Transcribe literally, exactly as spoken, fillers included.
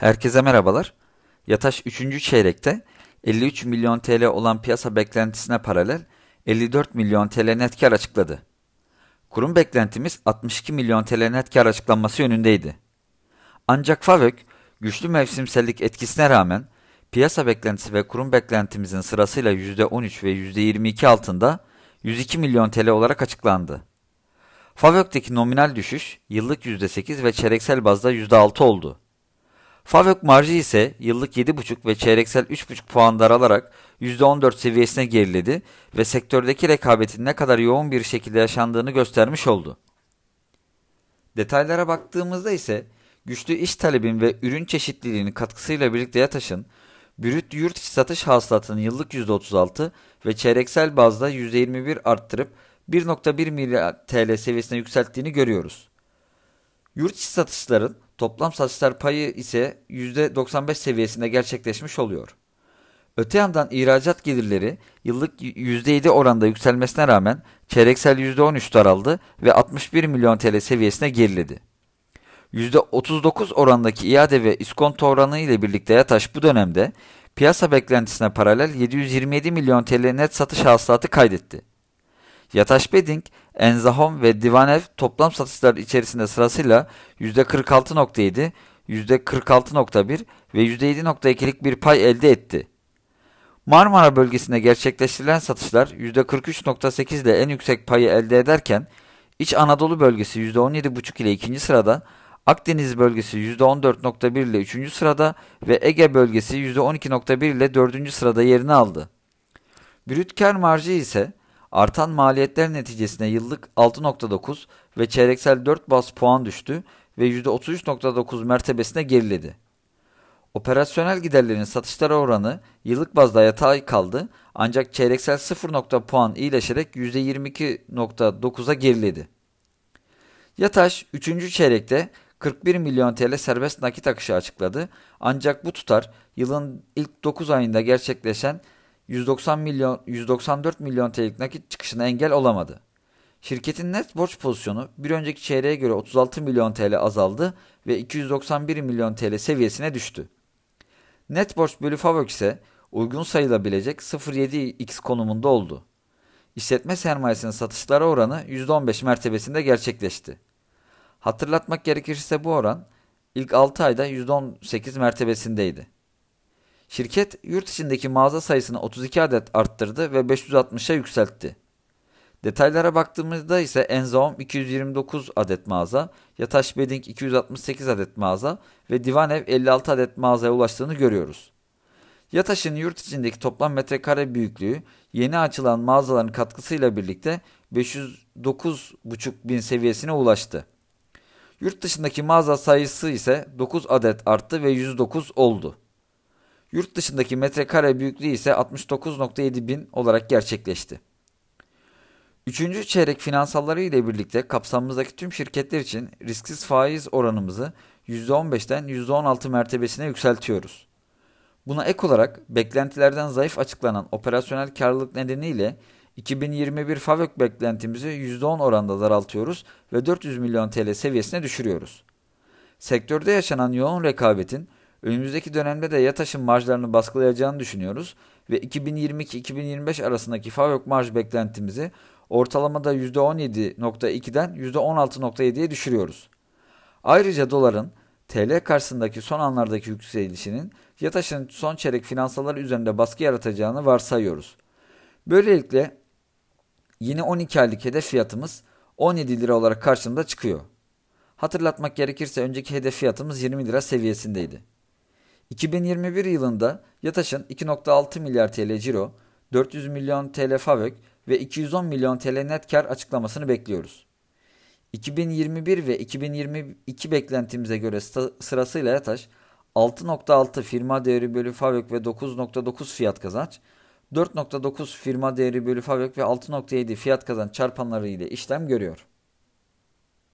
Herkese merhabalar. Yataş üçüncü çeyrekte elli üç milyon T L olan piyasa beklentisine paralel elli dört milyon T L net kar açıkladı. Kurum beklentimiz altmış iki milyon T L net kar açıklanması yönündeydi. Ancak FAVÖK güçlü mevsimsellik etkisine rağmen piyasa beklentisi ve kurum beklentimizin sırasıyla yüzde on üç ve yüzde yirmi iki altında yüz iki milyon T L olarak açıklandı. FAVÖK'teki nominal düşüş yıllık yüzde sekiz ve çeyreksel bazda yüzde altı oldu. FAVÖK marjı ise yıllık yedi buçuk ve çeyreksel üç buçuk puan daralarak yüzde on dört seviyesine geriledi ve sektördeki rekabetin ne kadar yoğun bir şekilde yaşandığını göstermiş oldu. Detaylara baktığımızda ise güçlü iş talebin ve ürün çeşitliliğinin katkısıyla birlikte Yataş'ın brüt yurt içi satış hasılatını yıllık yüzde otuz altı ve çeyreksel bazda yüzde yirmi bir arttırıp bir nokta bir milyar T L seviyesine yükselttiğini görüyoruz. Yurt içi satışların toplam satışlar payı ise yüzde doksan beş seviyesinde gerçekleşmiş oluyor. Öte yandan ihracat gelirleri yıllık yüzde yedi oranda yükselmesine rağmen çeyreksel yüzde on üç daraldı ve altmış bir milyon T L seviyesine geriledi. yüzde otuz dokuz orandaki iade ve iskonto oranı ile birlikte Yataş bu dönemde piyasa beklentisine paralel yedi yüz yirmi yedi milyon T L net satış hasılatı kaydetti. Yataş Bedding, Enzahom ve Divanev toplam satışlar içerisinde sırasıyla yüzde kırk altı nokta yedi, yüzde kırk altı nokta bir ve yüzde yedi nokta ikilik bir pay elde etti. Marmara bölgesinde gerçekleştirilen satışlar yüzde kırk üç nokta sekiz ile en yüksek payı elde ederken İç Anadolu bölgesi yüzde on yedi nokta beş ile ikinci sırada, Akdeniz bölgesi yüzde on dört nokta bir ile üçüncü sırada ve Ege bölgesi yüzde on iki nokta bir ile dördüncü sırada yerini aldı. Brüt kar marjı ise artan maliyetler neticesinde yıllık altı nokta dokuz ve çeyreksel dört baz puan düştü ve yüzde otuz üç nokta dokuz mertebesine geriledi. Operasyonel giderlerin satışlara oranı yıllık bazda yatay kaldı ancak çeyreksel sıfır nokta puan iyileşerek yüzde yirmi iki nokta dokuza geriledi. Yataş üçüncü çeyrekte kırk bir milyon T L serbest nakit akışı açıkladı ancak bu tutar yılın ilk dokuz ayında gerçekleşen yüz doksan milyon, yüz doksan dört milyon T L'lik nakit çıkışına engel olamadı. Şirketin net borç pozisyonu bir önceki çeyreğe göre otuz altı milyon T L azaldı ve iki yüz doksan bir milyon T L seviyesine düştü. Net borç bölü FAVÖK ise uygun sayılabilecek sıfır virgül yedi x konumunda oldu. İşletme sermayesinin satışlara oranı yüzde on beş mertebesinde gerçekleşti. Hatırlatmak gerekirse bu oran ilk altı ayda yüzde on sekiz mertebesindeydi. Şirket yurt içindeki mağaza sayısını otuz iki adet arttırdı ve beş yüz altmışa yükseltti. Detaylara baktığımızda ise Enzahom iki yüz yirmi dokuz adet mağaza, Yataş Bedding iki yüz altmış sekiz adet mağaza ve Divanev elli altı adet mağazaya ulaştığını görüyoruz. Yataş'ın yurt içindeki toplam metrekare büyüklüğü yeni açılan mağazaların katkısıyla birlikte beş yüz dokuz buçuk bin seviyesine ulaştı. Yurt dışındaki mağaza sayısı ise dokuz adet arttı ve yüz dokuz oldu. Yurt dışındaki metrekare büyüklüğü ise altmış dokuz nokta yedi bin olarak gerçekleşti. Üçüncü çeyrek finansalları ile birlikte kapsamımızdaki tüm şirketler için risksiz faiz oranımızı yüzde on beşten yüzde on altı mertebesine yükseltiyoruz. Buna ek olarak beklentilerden zayıf açıklanan operasyonel karlılık nedeniyle iki bin yirmi bir FAVÖK beklentimizi yüzde on oranda daraltıyoruz ve dört yüz milyon T L seviyesine düşürüyoruz. Sektörde yaşanan yoğun rekabetin önümüzdeki dönemde de Yataş'ın marjlarını baskılayacağını düşünüyoruz ve iki bin yirmi iki iki bin yirmi beş arasındaki FAVÖK marj beklentimizi ortalamada yüzde on yedi nokta ikiden yüzde on altı nokta yediye düşürüyoruz. Ayrıca doların T L karşısındaki son anlardaki yükselişinin Yataş'ın son çeyrek finansalları üzerinde baskı yaratacağını varsayıyoruz. Böylelikle yeni on iki aylık hedef fiyatımız on yedi lira olarak karşımıza çıkıyor. Hatırlatmak gerekirse önceki hedef fiyatımız yirmi lira seviyesindeydi. iki bin yirmi bir yılında Yataş'ın iki nokta altı milyar T L ciro, dört yüz milyon T L FAVÖK ve iki yüz on milyon T L net kar açıklamasını bekliyoruz. iki bin yirmi bir ve iki bin yirmi iki beklentimize göre sırasıyla Yataş altı nokta altı firma değeri bölü FAVÖK ve dokuz nokta dokuz fiyat kazanç, dört nokta dokuz firma değeri bölü FAVÖK ve altı nokta yedi fiyat kazanç çarpanları ile işlem görüyor.